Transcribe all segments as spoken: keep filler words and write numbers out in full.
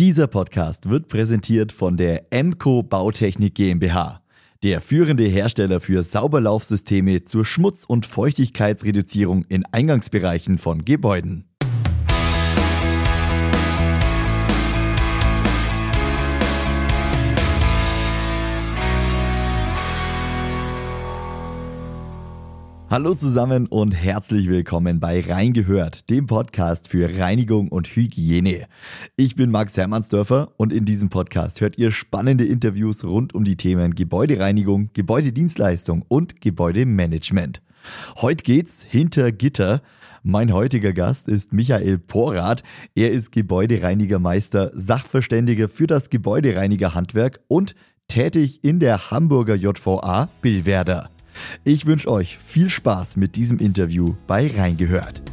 Dieser Podcast wird präsentiert von der Emco Bautechnik GmbH, der führende Hersteller für Sauberlaufsysteme zur Schmutz- und Feuchtigkeitsreduzierung in Eingangsbereichen von Gebäuden. Hallo zusammen und herzlich willkommen bei Reingehört, dem Podcast für Reinigung und Hygiene. Ich bin Max Hermannsdörfer und in diesem Podcast hört ihr spannende Interviews rund um die Themen Gebäudereinigung, Gebäudedienstleistung und Gebäudemanagement. Heute geht's hinter Gitter. Mein heutiger Gast ist Michael Porath. Er ist Gebäudereinigermeister, Sachverständiger für das Gebäudereinigerhandwerk und tätig in der Hamburger J V A Billwerder. Ich wünsche euch viel Spaß mit diesem Interview bei Reingehört.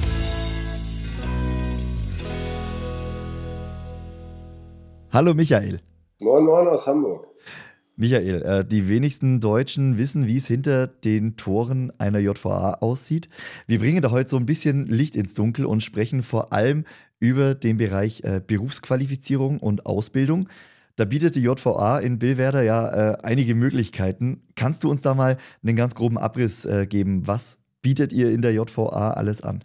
Hallo Michael. Moin Moin aus Hamburg. Michael, äh, die wenigsten Deutschen wissen, wie es hinter den Toren einer J V A aussieht. Wir bringen da heute so ein bisschen Licht ins Dunkel und sprechen vor allem über den Bereich äh, Berufsqualifizierung und Ausbildung. Da bietet die J V A in Billwerder ja äh, einige Möglichkeiten. Kannst du uns da mal einen ganz groben Abriss äh, geben? Was bietet ihr in der J V A alles an?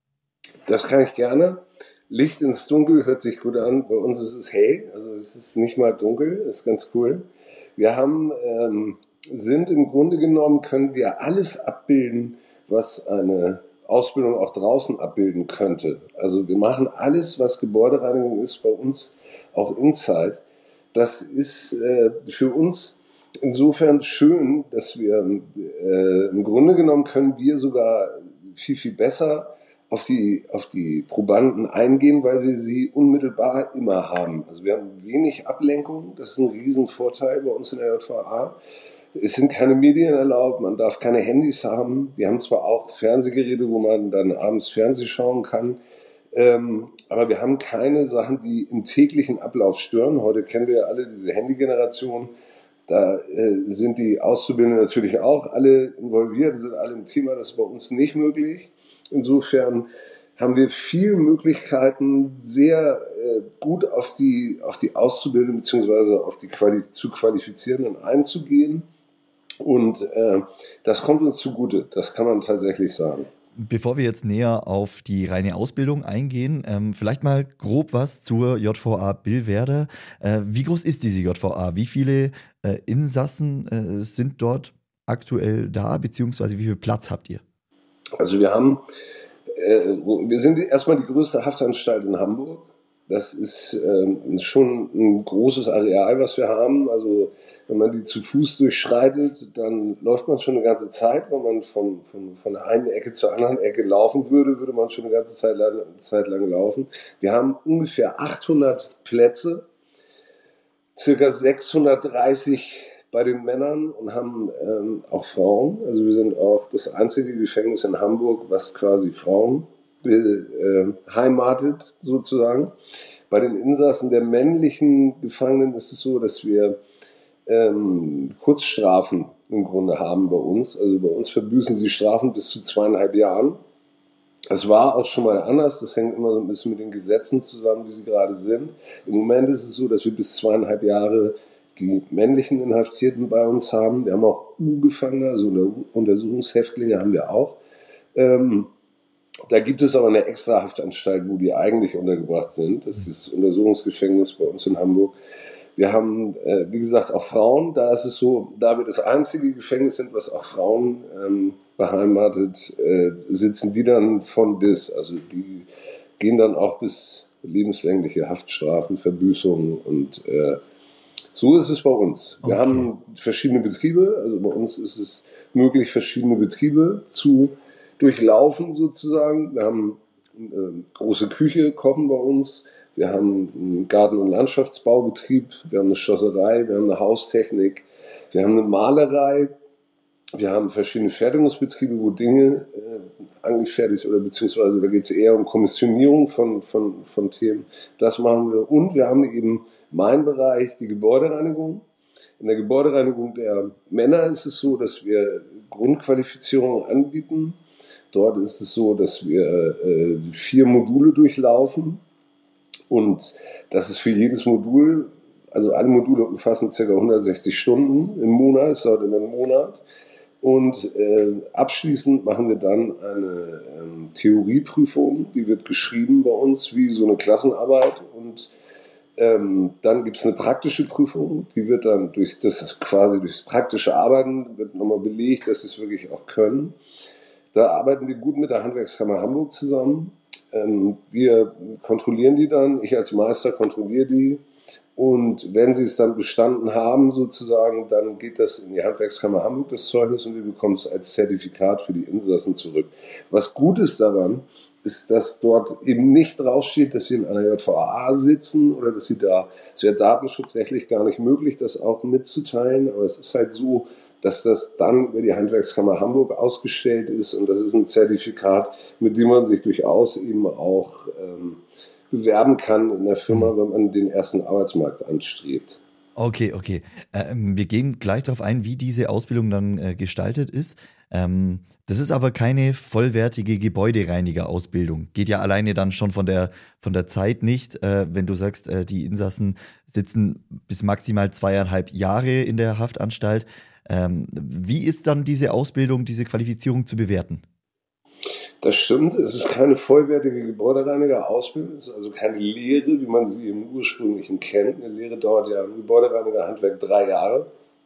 Das kann ich gerne. Licht ins Dunkel hört sich gut an. Bei uns ist es hell, also es ist nicht mal dunkel, ist ganz cool. Wir haben, ähm, sind im Grunde genommen, können wir alles abbilden, was eine Ausbildung auch draußen abbilden könnte. Also wir machen alles, was Gebäudereinigung ist, bei uns auch Inside. Das ist äh, für uns insofern schön, dass wir äh, im Grunde genommen können wir sogar viel, viel besser auf die, auf die Probanden eingehen, weil wir sie unmittelbar immer haben. Also wir haben wenig Ablenkung, das ist ein Riesenvorteil bei uns in der J V A. Es sind keine Medien erlaubt, man darf keine Handys haben. Wir haben zwar auch Fernsehgeräte, wo man dann abends Fernsehen schauen kann, Ähm, aber wir haben keine Sachen, die im täglichen Ablauf stören. Heute kennen wir ja alle diese Handy-Generation. Da äh, sind die Auszubildenden natürlich auch alle involviert, sind alle im Thema. Das ist bei uns nicht möglich. Insofern haben wir viele Möglichkeiten, sehr äh, gut auf die, auf die Auszubildenden bzw. auf die Quali- zu Qualifizierenden einzugehen. Und äh, das kommt uns zugute. Das kann man tatsächlich sagen. Bevor wir jetzt näher auf die reine Ausbildung eingehen, ähm, vielleicht mal grob was zur J V A Billwerder. Äh, wie groß ist diese J V A? Wie viele äh, Insassen äh, sind dort aktuell da, beziehungsweise wie viel Platz habt ihr? Also wir haben, äh, wir sind erstmal die größte Haftanstalt in Hamburg. Das ist äh, schon ein großes Areal, was wir haben. Also wenn man die zu Fuß durchschreitet, dann läuft man schon eine ganze Zeit. Wenn man von, von, von der einen Ecke zur anderen Ecke laufen würde, würde man schon eine ganze Zeit lang, Zeit lang laufen. Wir haben ungefähr achthundert Plätze, circa sechshundertdreißig bei den Männern und haben ähm, auch Frauen. Also wir sind auch das einzige Gefängnis in Hamburg, was quasi Frauen beheimatet sozusagen. Bei den Insassen der männlichen Gefangenen ist es so, dass wir ähm, Kurzstrafen im Grunde haben bei uns. Also bei uns verbüßen sie Strafen bis zu zweieinhalb Jahren. Das war auch schon mal anders. Das hängt immer so ein bisschen mit den Gesetzen zusammen, wie sie gerade sind. Im Moment ist es so, dass wir bis zweieinhalb Jahre die männlichen Inhaftierten bei uns haben. Wir haben auch U-Gefangene, also Untersuchungshäftlinge haben wir auch. Ähm, Da gibt es aber eine extra Haftanstalt, wo die eigentlich untergebracht sind. Das ist das Untersuchungsgefängnis bei uns in Hamburg. Wir haben, äh, wie gesagt, auch Frauen. Da ist es so, da wir das einzige Gefängnis sind, was auch Frauen ähm, beheimatet, äh, sitzen die dann von bis. Also die gehen dann auch bis lebenslängliche Haftstrafen, Verbüßungen und äh, so ist es bei uns. Wir okay. haben verschiedene Betriebe. Also bei uns ist es möglich, verschiedene Betriebe zu durchlaufen sozusagen. Wir haben eine große Küche, kochen bei uns. Wir haben einen Garten- und Landschaftsbaubetrieb. Wir haben eine Schlosserei. Wir haben eine Haustechnik. Wir haben eine Malerei. Wir haben verschiedene Fertigungsbetriebe, wo Dinge äh, angefertigt oder beziehungsweise da geht es eher um Kommissionierung von, von, von Themen. Das machen wir. Und wir haben eben meinen Bereich, die Gebäudereinigung. In der Gebäudereinigung der Männer ist es so, dass wir Grundqualifizierung anbieten. Dort ist es so, dass wir äh, vier Module durchlaufen Und das ist für jedes Modul, also alle Module umfassen ca. hundertsechzig Stunden im Monat, es dauert immer einen Monat. Und äh, abschließend machen wir dann eine ähm, Theorieprüfung, die wird geschrieben bei uns wie so eine Klassenarbeit. Und ähm, dann gibt es eine praktische Prüfung, die wird dann durch das quasi durchs praktische Arbeiten wird nochmal belegt, dass sie es wirklich auch können. Da arbeiten wir gut mit der Handwerkskammer Hamburg zusammen. Ähm, wir kontrollieren die dann, ich als Meister kontrolliere die. Und wenn sie es dann bestanden haben, sozusagen, dann geht das in die Handwerkskammer Hamburg, das Zeugnis, und wir bekommen es als Zertifikat für die Insassen zurück. Was gut ist daran, ist, dass dort eben nicht draufsteht, dass sie in einer J V A sitzen oder dass sie da, es wäre datenschutzrechtlich gar nicht möglich, das auch mitzuteilen, aber es ist halt so, dass das dann über die Handwerkskammer Hamburg ausgestellt ist, und das ist ein Zertifikat, mit dem man sich durchaus eben auch ähm, bewerben kann in der Firma, wenn man den ersten Arbeitsmarkt anstrebt. Okay, okay. Ähm, wir gehen gleich darauf ein, wie diese Ausbildung dann äh, gestaltet ist. Ähm, das ist aber keine vollwertige Gebäudereinigerausbildung. Geht ja alleine dann schon von der, von der Zeit nicht, äh, wenn du sagst, äh, die Insassen sitzen bis maximal zweieinhalb Jahre in der Haftanstalt. Ähm, wie ist dann diese Ausbildung, diese Qualifizierung zu bewerten? Das stimmt, es ist keine vollwertige Gebäudereinigerausbildung, es ist also keine Lehre, wie man sie im ursprünglichen kennt. Eine Lehre dauert ja im Gebäudereinigerhandwerk drei Jahre.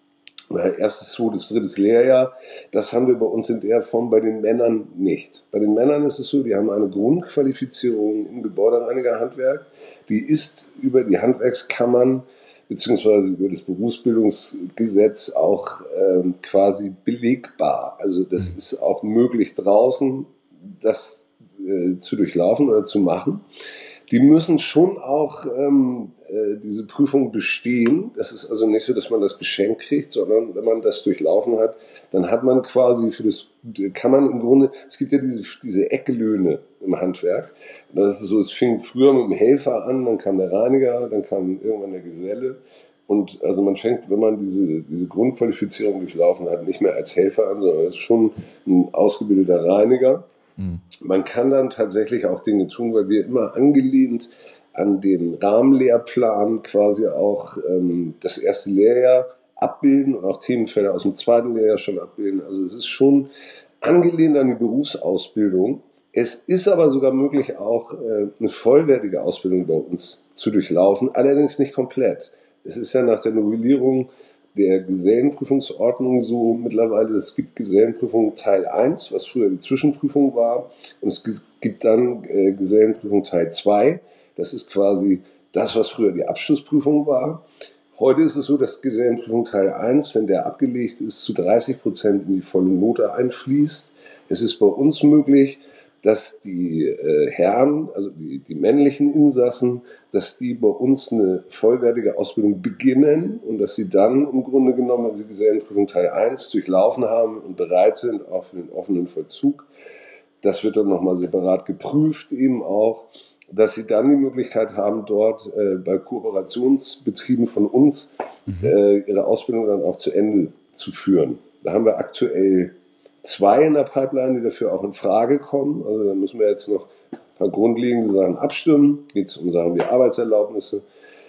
Erstes, zweites, drittes Lehrjahr. Das haben wir bei uns in der Form bei den Männern nicht. Bei den Männern ist es so, die haben eine Grundqualifizierung im Gebäudereinigerhandwerk. Die ist über die Handwerkskammern beziehungsweise über das Berufsbildungsgesetz auch ähm, quasi belegbar. Also das ist auch möglich draußen, das äh, zu durchlaufen oder zu machen. Die müssen schon auch ähm, äh, diese Prüfung bestehen. Das ist also nicht so, dass man das Geschenk kriegt, sondern wenn man das durchlaufen hat, dann hat man quasi für das, kann man im Grunde, es gibt ja diese, diese Eckelöhne im Handwerk. Und das ist so, es fing früher mit dem Helfer an, dann kam der Reiniger, dann kam irgendwann der Geselle. Und also man fängt, wenn man diese, diese Grundqualifizierung durchlaufen hat, nicht mehr als Helfer an, sondern ist schon ein ausgebildeter Reiniger. Mhm. Man kann dann tatsächlich auch Dinge tun, weil wir immer angelehnt an den Rahmenlehrplan quasi auch ähm, das erste Lehrjahr abbilden und auch Themenfelder aus dem zweiten Lehrjahr schon abbilden. Also es ist schon angelehnt an die Berufsausbildung. Es ist aber sogar möglich, auch äh, eine vollwertige Ausbildung bei uns zu durchlaufen, allerdings nicht komplett. Es ist ja nach der Novellierung der Gesellenprüfungsordnung so mittlerweile, es gibt Gesellenprüfung Teil eins, was früher die Zwischenprüfung war, und es gibt dann äh, Gesellenprüfung Teil zwei. Das ist quasi das, was früher die Abschlussprüfung war. Heute ist es so, dass Gesellenprüfung Teil eins, wenn der abgelegt ist, zu dreißig Prozent in die volle Note einfließt. Es ist bei uns möglich, dass die äh, Herren, also die, die männlichen Insassen, dass die bei uns eine vollwertige Ausbildung beginnen und dass sie dann im Grunde genommen, wenn sie Gesellenprüfung Teil eins durchlaufen haben und bereit sind, auch für den offenen Vollzug, das wird dann nochmal separat geprüft eben auch, dass sie dann die Möglichkeit haben, dort äh, bei Kooperationsbetrieben von uns mhm. äh, ihre Ausbildung dann auch zu Ende zu führen. Da haben wir aktuell zwei in der Pipeline, die dafür auch in Frage kommen. Also da müssen wir jetzt noch ein paar grundlegende Sachen abstimmen. Geht es um Sachen wie Arbeitserlaubnisse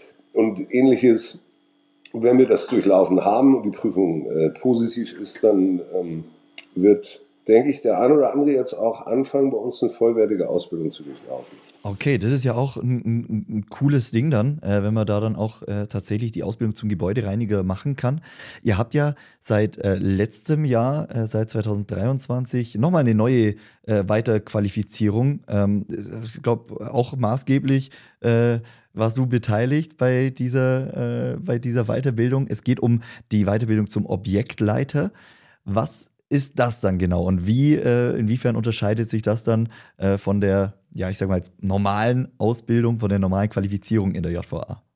und Ähnliches. Und wenn wir das durchlaufen haben und die Prüfung äh, positiv ist, dann ähm, wird, denke ich, der eine oder andere jetzt auch anfangen, bei uns eine vollwertige Ausbildung zu durchlaufen. Okay, das ist ja auch ein, ein, ein cooles Ding dann, äh, wenn man da dann auch äh, tatsächlich die Ausbildung zum Gebäudereiniger machen kann. Ihr habt ja seit äh, letztem Jahr, äh, seit zwanzig dreiundzwanzig, nochmal eine neue äh, Weiterqualifizierung. Ähm, ich glaube, auch maßgeblich äh, warst du beteiligt bei dieser, äh, bei dieser Weiterbildung. Es geht um die Weiterbildung zum Objektleiter. Was ist das dann genau und wie, äh, inwiefern unterscheidet sich das dann äh, von der, ja, ich sag mal jetzt normalen Ausbildung, von der normalen Qualifizierung in der J V A?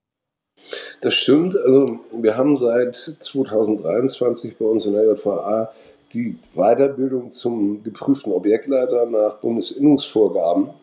Das stimmt. Also wir haben seit zwanzig dreiundzwanzig bei uns in der J V A die Weiterbildung zum geprüften Objektleiter nach Bundesinnungsvorgaben.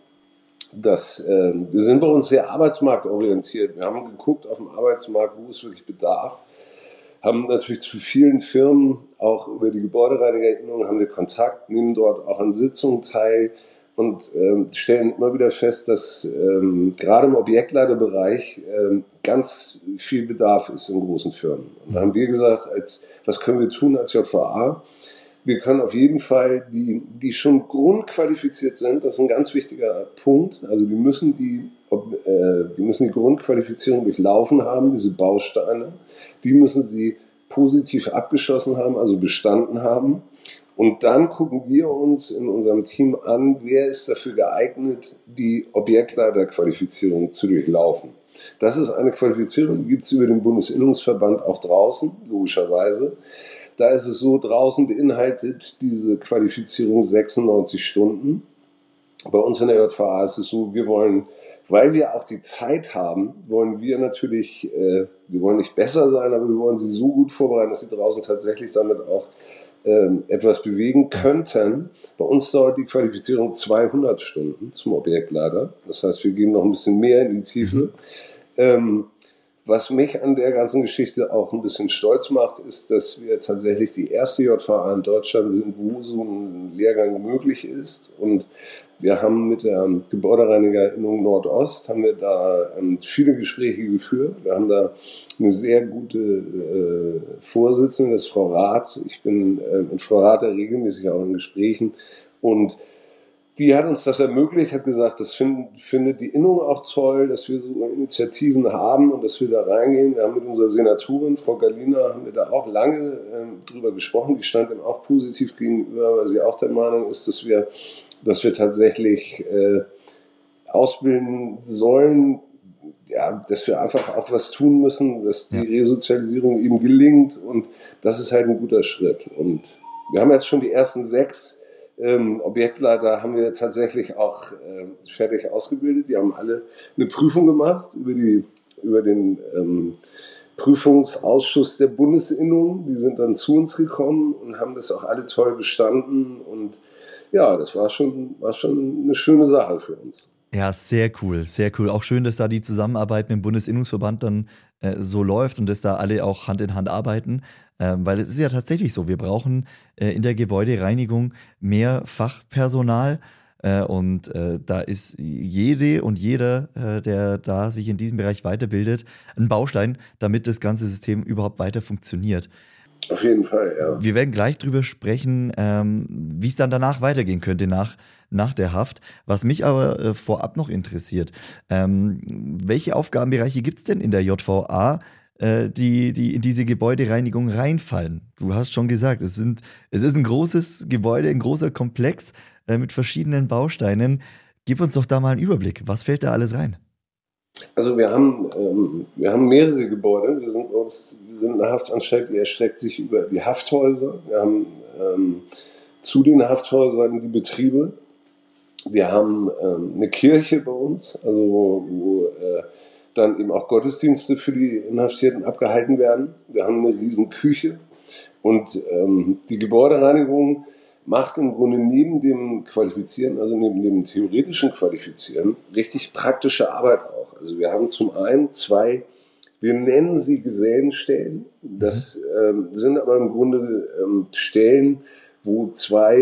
Das, äh, wir sind bei uns sehr arbeitsmarktorientiert. Wir haben geguckt auf dem Arbeitsmarkt, wo es wirklich Bedarf. Haben natürlich zu vielen Firmen, auch über die Gebäudereinigerinnung haben wir Kontakt, nehmen dort auch an Sitzungen teil und ähm, stellen immer wieder fest, dass ähm, gerade im Objektleiterbereich ähm, ganz viel Bedarf ist in großen Firmen. Und da haben wir gesagt, als, was können wir tun als J V A? Wir können auf jeden Fall die, die schon grundqualifiziert sind, das ist ein ganz wichtiger Punkt, also die müssen die, äh, die müssen die Grundqualifizierung durchlaufen haben, diese Bausteine, die müssen sie positiv abgeschlossen haben, also bestanden haben. Und dann gucken wir uns in unserem Team an, wer ist dafür geeignet, die Objektleiterqualifizierung zu durchlaufen. Das ist eine Qualifizierung, die gibt es über den Bundesinnungsverband auch draußen, logischerweise. Da ist es so, draußen beinhaltet diese Qualifizierung sechsundneunzig Stunden. Bei uns in der J V A ist es so, wir wollen, weil wir auch die Zeit haben, wollen wir natürlich, äh, wir wollen nicht besser sein, aber wir wollen sie so gut vorbereiten, dass sie draußen tatsächlich damit auch ähm, etwas bewegen könnten. Bei uns dauert die Qualifizierung zweihundert Stunden zum Objektleiter. Das heißt, wir gehen noch ein bisschen mehr in die Tiefe. Mhm. Ähm, Was mich an der ganzen Geschichte auch ein bisschen stolz macht, ist, dass wir tatsächlich die erste J V A in Deutschland sind, wo so ein Lehrgang möglich ist. Und wir haben mit der Gebäudereinigerinnung Nordost haben wir da ähm, viele Gespräche geführt. Wir haben da eine sehr gute äh, Vorsitzende, das ist Frau Rath. Ich bin äh, mit Frau Rath da regelmäßig auch in Gesprächen. Und die hat uns das ermöglicht, hat gesagt, das find, findet die Innung auch toll, dass wir so Initiativen haben und dass wir da reingehen. Wir haben mit unserer Senatorin, Frau Galina, haben wir da auch lange ähm, drüber gesprochen. Die stand ihm auch positiv gegenüber, weil sie auch der Meinung ist, dass wir, dass wir tatsächlich äh, ausbilden sollen, ja, dass wir einfach auch was tun müssen, dass die Resozialisierung eben gelingt, und das ist halt ein guter Schritt. Und wir haben jetzt schon die ersten sechs Ähm, Objektleiter haben wir tatsächlich auch äh, fertig ausgebildet. Die haben alle eine Prüfung gemacht über, die, über den ähm, Prüfungsausschuss der Bundesinnung. Die sind dann zu uns gekommen und haben das auch alle toll bestanden. Und ja, das war schon, war schon eine schöne Sache für uns. Ja, sehr cool, sehr cool. Auch schön, dass da die Zusammenarbeit mit dem Bundesinnungsverband dann äh, so läuft und dass da alle auch Hand in Hand arbeiten. Ähm, weil es ist ja tatsächlich so, wir brauchen äh, in der Gebäudereinigung mehr Fachpersonal. Äh, und äh, da ist jede und jeder, äh, der da sich in diesem Bereich weiterbildet, ein Baustein, damit das ganze System überhaupt weiter funktioniert. Auf jeden Fall, ja. Wir werden gleich drüber sprechen, ähm, wie es dann danach weitergehen könnte nach, nach der Haft. Was mich aber äh, vorab noch interessiert, ähm, welche Aufgabenbereiche gibt es denn in der J V A, äh, die, die in diese Gebäudereinigung reinfallen? Du hast schon gesagt, es, sind, es ist ein großes Gebäude, ein großer Komplex äh, mit verschiedenen Bausteinen. Gib uns doch da mal einen Überblick. Was fällt da alles rein? Also wir haben, ähm, wir haben mehrere Gebäude. Wir sind, bei uns, wir sind eine Haftanstalt, die erstreckt sich über die Hafthäuser. Wir haben ähm, zu den Hafthäusern die Betriebe. Wir haben ähm, eine Kirche bei uns, also wo, wo äh, dann eben auch Gottesdienste für die Inhaftierten abgehalten werden. Wir haben eine riesen Küche. Und ähm, die Gebäudereinigung macht im Grunde neben dem Qualifizieren, also neben dem theoretischen Qualifizieren, richtig praktische Arbeit auch. Also wir haben zum einen zwei, wir nennen sie Gesellenstellen. Das ähm, sind aber im Grunde ähm, Stellen, wo zwei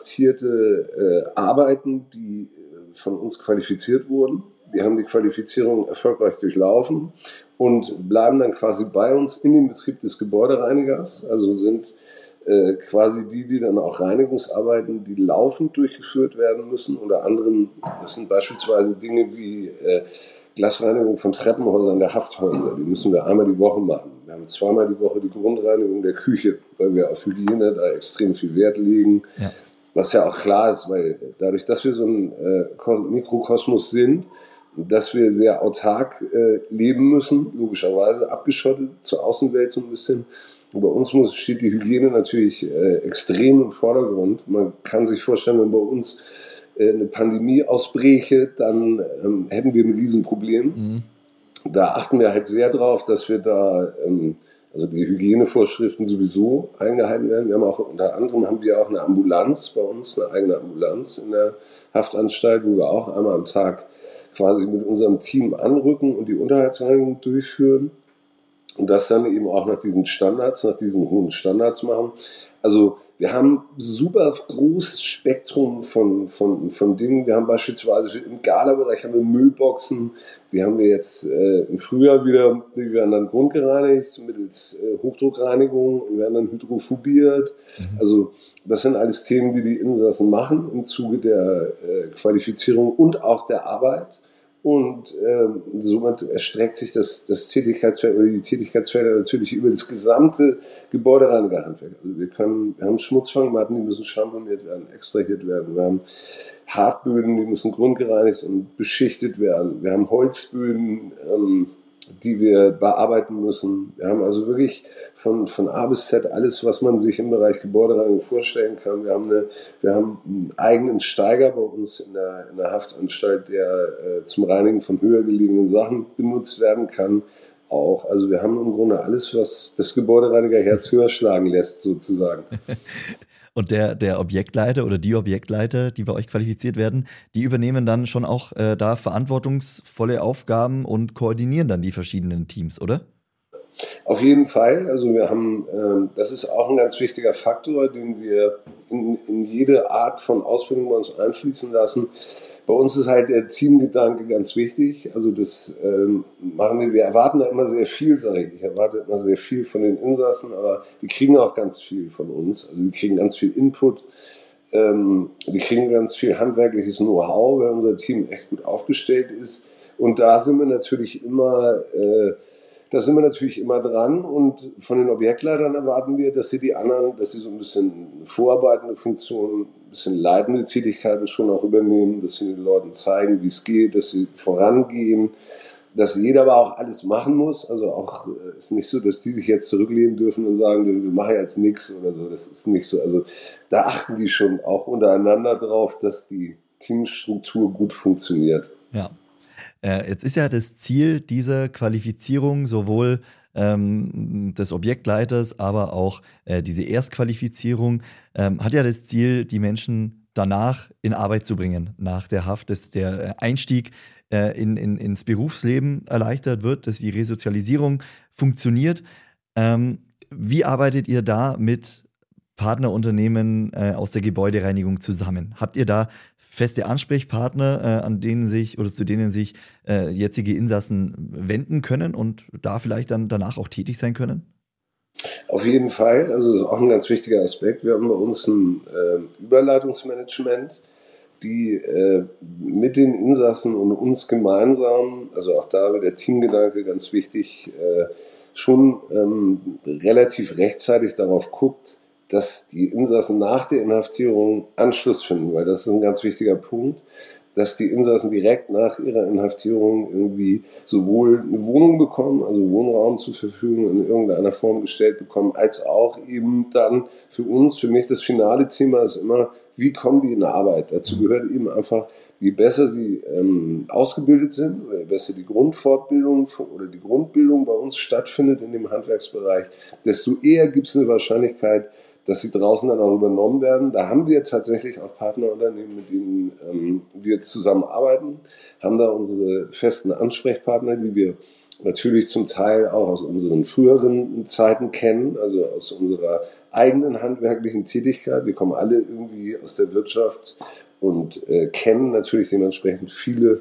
Inhaftierte äh, arbeiten, die äh, von uns qualifiziert wurden. Die haben die Qualifizierung erfolgreich durchlaufen und bleiben dann quasi bei uns in dem Betrieb des Gebäudereinigers, also sind Äh, quasi die, die dann auch Reinigungsarbeiten, die laufend durchgeführt werden müssen. Unter anderem, das sind beispielsweise Dinge wie äh, Glasreinigung von Treppenhäusern der Hafthäuser. Die müssen wir einmal die Woche machen. Wir haben zweimal die Woche die Grundreinigung der Küche, weil wir auf Hygiene da extrem viel Wert legen. Ja. Was ja auch klar ist, weil dadurch, dass wir so ein äh, Mikrokosmos sind, dass wir sehr autark äh, leben müssen, logischerweise abgeschottet zur Außenwelt so ein bisschen. Und bei uns muss, steht die Hygiene natürlich äh, extrem im Vordergrund. Man kann sich vorstellen, wenn bei uns äh, eine Pandemie ausbräche, dann ähm, hätten wir ein Riesenproblem. Mhm. Da achten wir halt sehr drauf, dass wir da, ähm, also die Hygienevorschriften sowieso eingehalten werden. Wir haben auch, unter anderem haben wir auch eine Ambulanz bei uns, eine eigene Ambulanz in der Haftanstalt, wo wir auch einmal am Tag quasi mit unserem Team anrücken und die Unterhaltsreinigung durchführen. Und das dann eben auch nach diesen Standards, nach diesen hohen Standards machen. Also wir haben super großes Spektrum von, von, von Dingen. Wir haben beispielsweise im Gala-Bereich haben wir Müllboxen. Die haben wir jetzt äh, im Frühjahr wieder, die werden dann grundgereinigt mittels äh, Hochdruckreinigung und werden dann hydrophobiert. Mhm. Also das sind alles Themen, die die Insassen machen im Zuge der äh, Qualifizierung und auch der Arbeit. Und ähm, somit erstreckt sich das, das Tätigkeitsfeld oder die Tätigkeitsfelder natürlich über das gesamte Gebäudereinigerhandwerk. Also wir können, wir haben Schmutzfangmatten, die müssen schamponiert werden, extrahiert werden. Wir haben Hartböden, die müssen grundgereinigt und beschichtet werden. Wir haben Holzböden, ähm, die wir bearbeiten müssen. Wir haben also wirklich von, von A bis Z alles, was man sich im Bereich Gebäudereinigung vorstellen kann. Wir haben, eine, wir haben einen eigenen Steiger bei uns in der, in der Haftanstalt, der äh, zum Reinigen von höher gelegenen Sachen benutzt werden kann. Auch, also wir haben im Grunde alles, was das Gebäudereinigerherz höher schlagen lässt, sozusagen. Und der, der Objektleiter oder die Objektleiter, die bei euch qualifiziert werden, die übernehmen dann schon auch äh, da verantwortungsvolle Aufgaben und koordinieren dann die verschiedenen Teams, oder? Auf jeden Fall. Also wir haben, ähm, das ist auch ein ganz wichtiger Faktor, den wir in, in jede Art von Ausbildung bei uns einfließen lassen. Bei uns ist halt der Teamgedanke ganz wichtig. Also das ähm, machen wir, wir erwarten da immer sehr viel, sage ich. Ich erwarte immer sehr viel von den Insassen, aber die kriegen auch ganz viel von uns. Also die kriegen ganz viel Input, ähm, die kriegen ganz viel handwerkliches Know-how, weil unser Team echt gut aufgestellt ist. Und da sind wir natürlich immer, äh, da sind wir natürlich immer dran. Und von den Objektleitern erwarten wir, dass sie die anderen, dass sie so ein bisschen vorarbeitende Funktionen, ein bisschen leitende Tätigkeiten schon auch übernehmen, dass sie den Leuten zeigen, wie es geht, dass sie vorangehen, dass jeder aber auch alles machen muss. Also auch äh, ist nicht so, dass die sich jetzt zurücklehnen dürfen und sagen, wir machen jetzt nichts oder so. Das ist nicht so. Also da achten die schon auch untereinander drauf, dass die Teamstruktur gut funktioniert. Ja. Äh, jetzt ist ja das Ziel dieser Qualifizierung sowohl ähm, des Objektleiters, aber auch äh, diese Erstqualifizierung ähm, hat ja das Ziel, die Menschen danach in Arbeit zu bringen, nach der Haft, dass der Einstieg äh, in, in, ins Berufsleben erleichtert wird, dass die Resozialisierung funktioniert. Ähm, wie arbeitet ihr da mit Partnerunternehmen äh, aus der Gebäudereinigung zusammen? Habt ihr da feste Ansprechpartner, äh, an denen sich oder zu denen sich äh, jetzige Insassen wenden können und da vielleicht dann danach auch tätig sein können? Auf jeden Fall, also das ist auch ein ganz wichtiger Aspekt. Wir haben bei uns ein äh, Überleitungsmanagement, die äh, mit den Insassen und uns gemeinsam, also auch da wird der Teamgedanke ganz wichtig, äh, schon ähm, relativ rechtzeitig darauf guckt, dass die Insassen nach der Inhaftierung Anschluss finden, weil das ist ein ganz wichtiger Punkt, dass die Insassen direkt nach ihrer Inhaftierung irgendwie sowohl eine Wohnung bekommen, also Wohnraum zur Verfügung in irgendeiner Form gestellt bekommen, als auch eben dann für uns, für mich das finale Thema ist immer, wie kommen die in die Arbeit? Dazu gehört eben einfach, je besser sie ähm, ausgebildet sind, oder je besser die Grundfortbildung oder die Grundbildung bei uns stattfindet in dem Handwerksbereich, desto eher gibt es eine Wahrscheinlichkeit, dass sie draußen dann auch übernommen werden. Da haben wir tatsächlich auch Partnerunternehmen, mit denen ähm, wir zusammenarbeiten, haben da unsere festen Ansprechpartner, die wir natürlich zum Teil auch aus unseren früheren Zeiten kennen, also aus unserer eigenen handwerklichen Tätigkeit. Wir kommen alle irgendwie aus der Wirtschaft und äh, kennen natürlich dementsprechend viele,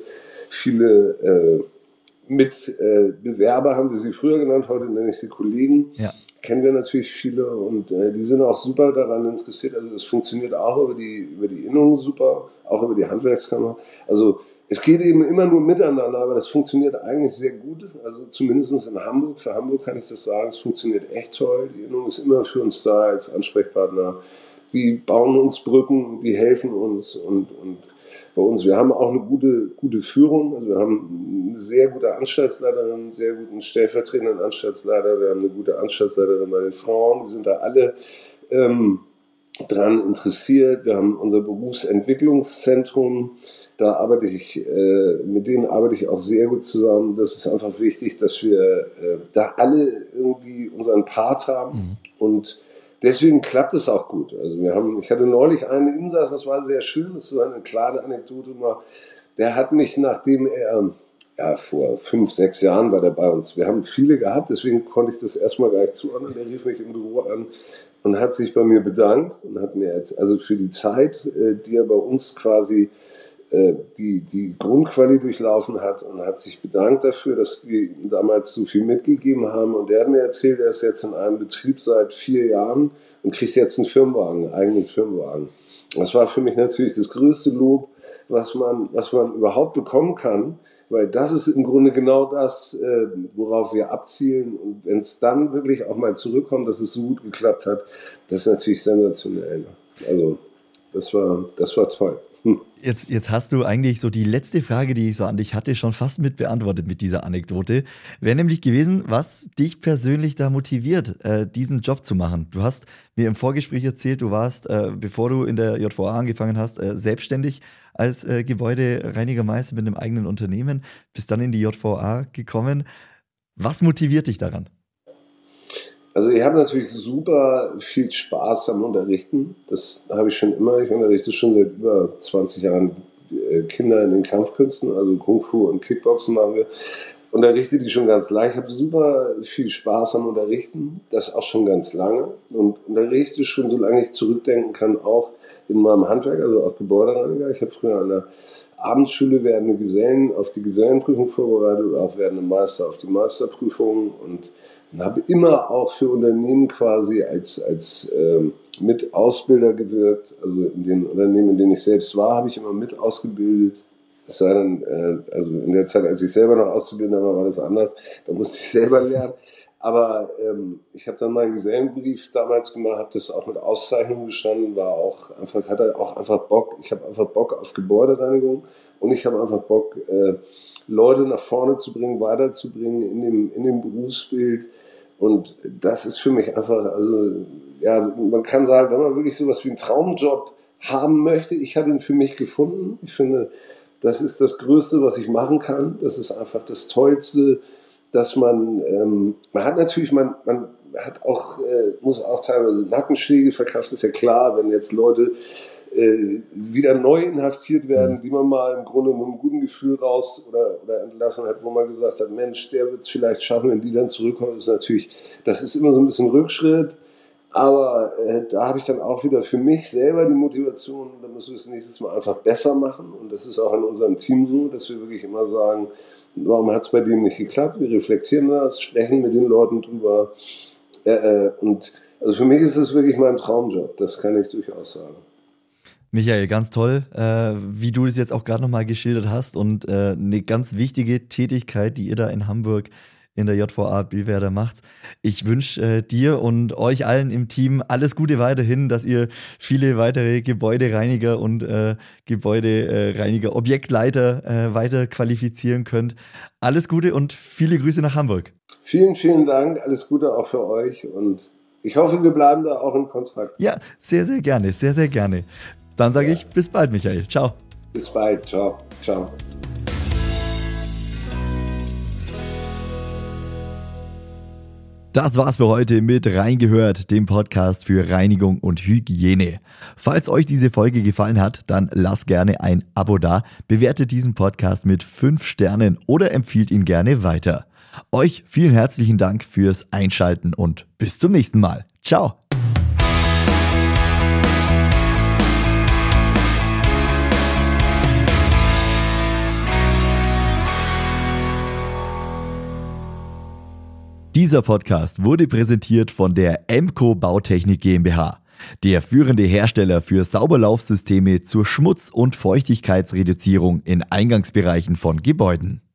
viele äh, mit äh, Bewerber, haben wir sie früher genannt, heute nenne ich sie Kollegen. Ja. Kennen wir natürlich viele und äh, die sind auch super daran interessiert. Also es funktioniert auch über die, über die Innung super, auch über die Handwerkskammer. Also es geht eben immer nur miteinander, aber das funktioniert eigentlich sehr gut. Also zumindest in Hamburg, für Hamburg kann ich das sagen, es funktioniert echt toll. Die Innung ist immer für uns da als Ansprechpartner. Die bauen uns Brücken, die helfen uns und, und bei uns. Wir haben auch eine gute, gute Führung. Also wir haben eine sehr gute Anstaltsleiterin, einen sehr guten stellvertretenden Anstaltsleiter. Wir haben eine gute Anstaltsleiterin bei den Frauen. Die sind da alle ähm, dran interessiert. Wir haben unser Berufsentwicklungszentrum. Da arbeite ich, äh, mit denen arbeite ich auch sehr gut zusammen. Das ist einfach wichtig, dass wir äh, da alle irgendwie unseren Part haben. Mhm. Und deswegen klappt es auch gut. Also wir haben, ich hatte neulich einen Insassen, das war sehr schön, das ist so eine kleine Anekdote mal. Der hat mich, nachdem er, ja, vor fünf, sechs Jahren war der bei uns. Wir haben viele gehabt, deswegen konnte ich das erstmal gar nicht zuordnen. Der rief mich im Büro an. und hat sich bei mir bedankt und hat mir jetzt, also für die Zeit, äh, die er bei uns quasi äh, die, die Grundquali durchlaufen hat, und hat sich bedankt dafür, dass wir ihm damals so viel mitgegeben haben. Und er hat mir erzählt, er ist jetzt in einem Betrieb seit vier Jahren und kriegt jetzt einen Firmenwagen, einen eigenen Firmenwagen. Das war für mich natürlich das größte Lob, was man, was man überhaupt bekommen kann, weil das ist im Grunde genau das, äh, worauf wir abzielen. Und wenn es dann wirklich auch mal zurückkommt, dass es so gut geklappt hat, das ist natürlich sensationell. Also das war, das war toll. Hm. Jetzt, jetzt hast du eigentlich so die letzte Frage, die ich so an dich hatte, schon fast mit beantwortet mit dieser Anekdote. Wäre nämlich gewesen, was dich persönlich da motiviert, äh, diesen Job zu machen. Du hast mir im Vorgespräch erzählt, du warst, äh, bevor du in der J V A angefangen hast, äh, selbstständig als äh, Gebäudereinigermeister mit einem eigenen Unternehmen, bist dann in die J V A gekommen. Was motiviert dich daran? Also ich habe natürlich super viel Spaß am Unterrichten. Das habe ich schon immer. Ich unterrichte schon seit über zwanzig Jahren Kinder in den Kampfkünsten, also Kung Fu und Kickboxen machen wir. Unterrichte die schon ganz lange. Ich habe super viel Spaß am Unterrichten, das auch schon ganz lange. Und unterrichte schon, solange ich zurückdenken kann, auch in meinem Handwerk, also auch Gebäudereiniger. Ich habe früher an der Abendschule werdende Gesellen auf die Gesellenprüfung vorbereitet oder auch werdende Meister auf die Meisterprüfung, und habe immer auch für Unternehmen quasi als, als ähm, Mitausbilder gewirkt. Also in den Unternehmen, in denen ich selbst war, habe ich immer mit ausgebildet. Es sei denn, äh, also in der Zeit, als ich selber noch Auszubildender war, war das anders. Da musste ich selber lernen. Aber ähm, ich habe dann meinen Gesellenbrief damals gemacht, habe das auch mit Auszeichnung bestanden, war auch einfach, hatte auch einfach Bock. Ich habe einfach Bock auf Gebäudereinigung, und ich habe einfach Bock, äh, Leute nach vorne zu bringen, weiterzubringen in dem, in dem Berufsbild. Und das ist für mich einfach, also ja, man kann sagen, wenn man wirklich sowas wie einen Traumjob haben möchte, ich habe ihn für mich gefunden. Ich finde, das ist das Größte, was ich machen kann. Das ist einfach das Tollste, dass man, ähm, man hat natürlich, man, man hat auch, äh, muss auch teilweise Nackenschläge verkraften, ist ja klar, wenn jetzt Leute äh, wieder neu inhaftiert werden, die man mal im Grunde mit einem guten Gefühl raus oder, oder entlassen hat, wo man gesagt hat, Mensch, der wird es vielleicht schaffen, wenn die dann zurückkommen, ist natürlich, das ist immer so ein bisschen Rückschritt, aber äh, da habe ich dann auch wieder für mich selber die Motivation, da müssen wir es nächstes Mal einfach besser machen, und das ist auch in unserem Team so, dass wir wirklich immer sagen, warum hat es bei dem nicht geklappt, wir reflektieren das, sprechen mit den Leuten drüber, äh, äh, und also für mich ist es wirklich mein Traumjob, das kann ich durchaus sagen. Michael, ganz toll, äh, wie du das jetzt auch gerade nochmal geschildert hast, und äh, eine ganz wichtige Tätigkeit, die ihr da in Hamburg in der J V A Billwerder macht. Ich wünsche äh, dir und euch allen im Team alles Gute weiterhin, dass ihr viele weitere Gebäudereiniger und äh, Gebäudereiniger, Objektleiter äh, weiter qualifizieren könnt. Alles Gute und viele Grüße nach Hamburg. Vielen, vielen Dank, alles Gute auch für euch, und ich hoffe, wir bleiben da auch in Kontakt. Ja, sehr, sehr gerne, sehr, sehr gerne. Dann sage ich, bis bald, Michael. Ciao. Bis bald. Ciao. Ciao. Das war's für heute mit Reingehört, dem Podcast für Reinigung und Hygiene. Falls euch diese Folge gefallen hat, dann lasst gerne ein Abo da, bewertet diesen Podcast mit fünf Sternen oder empfiehlt ihn gerne weiter. Euch vielen herzlichen Dank fürs Einschalten und bis zum nächsten Mal. Ciao. Dieser Podcast wurde präsentiert von der Emco Bautechnik GmbH, der führende Hersteller für Sauberlaufsysteme zur Schmutz- und Feuchtigkeitsreduzierung in Eingangsbereichen von Gebäuden.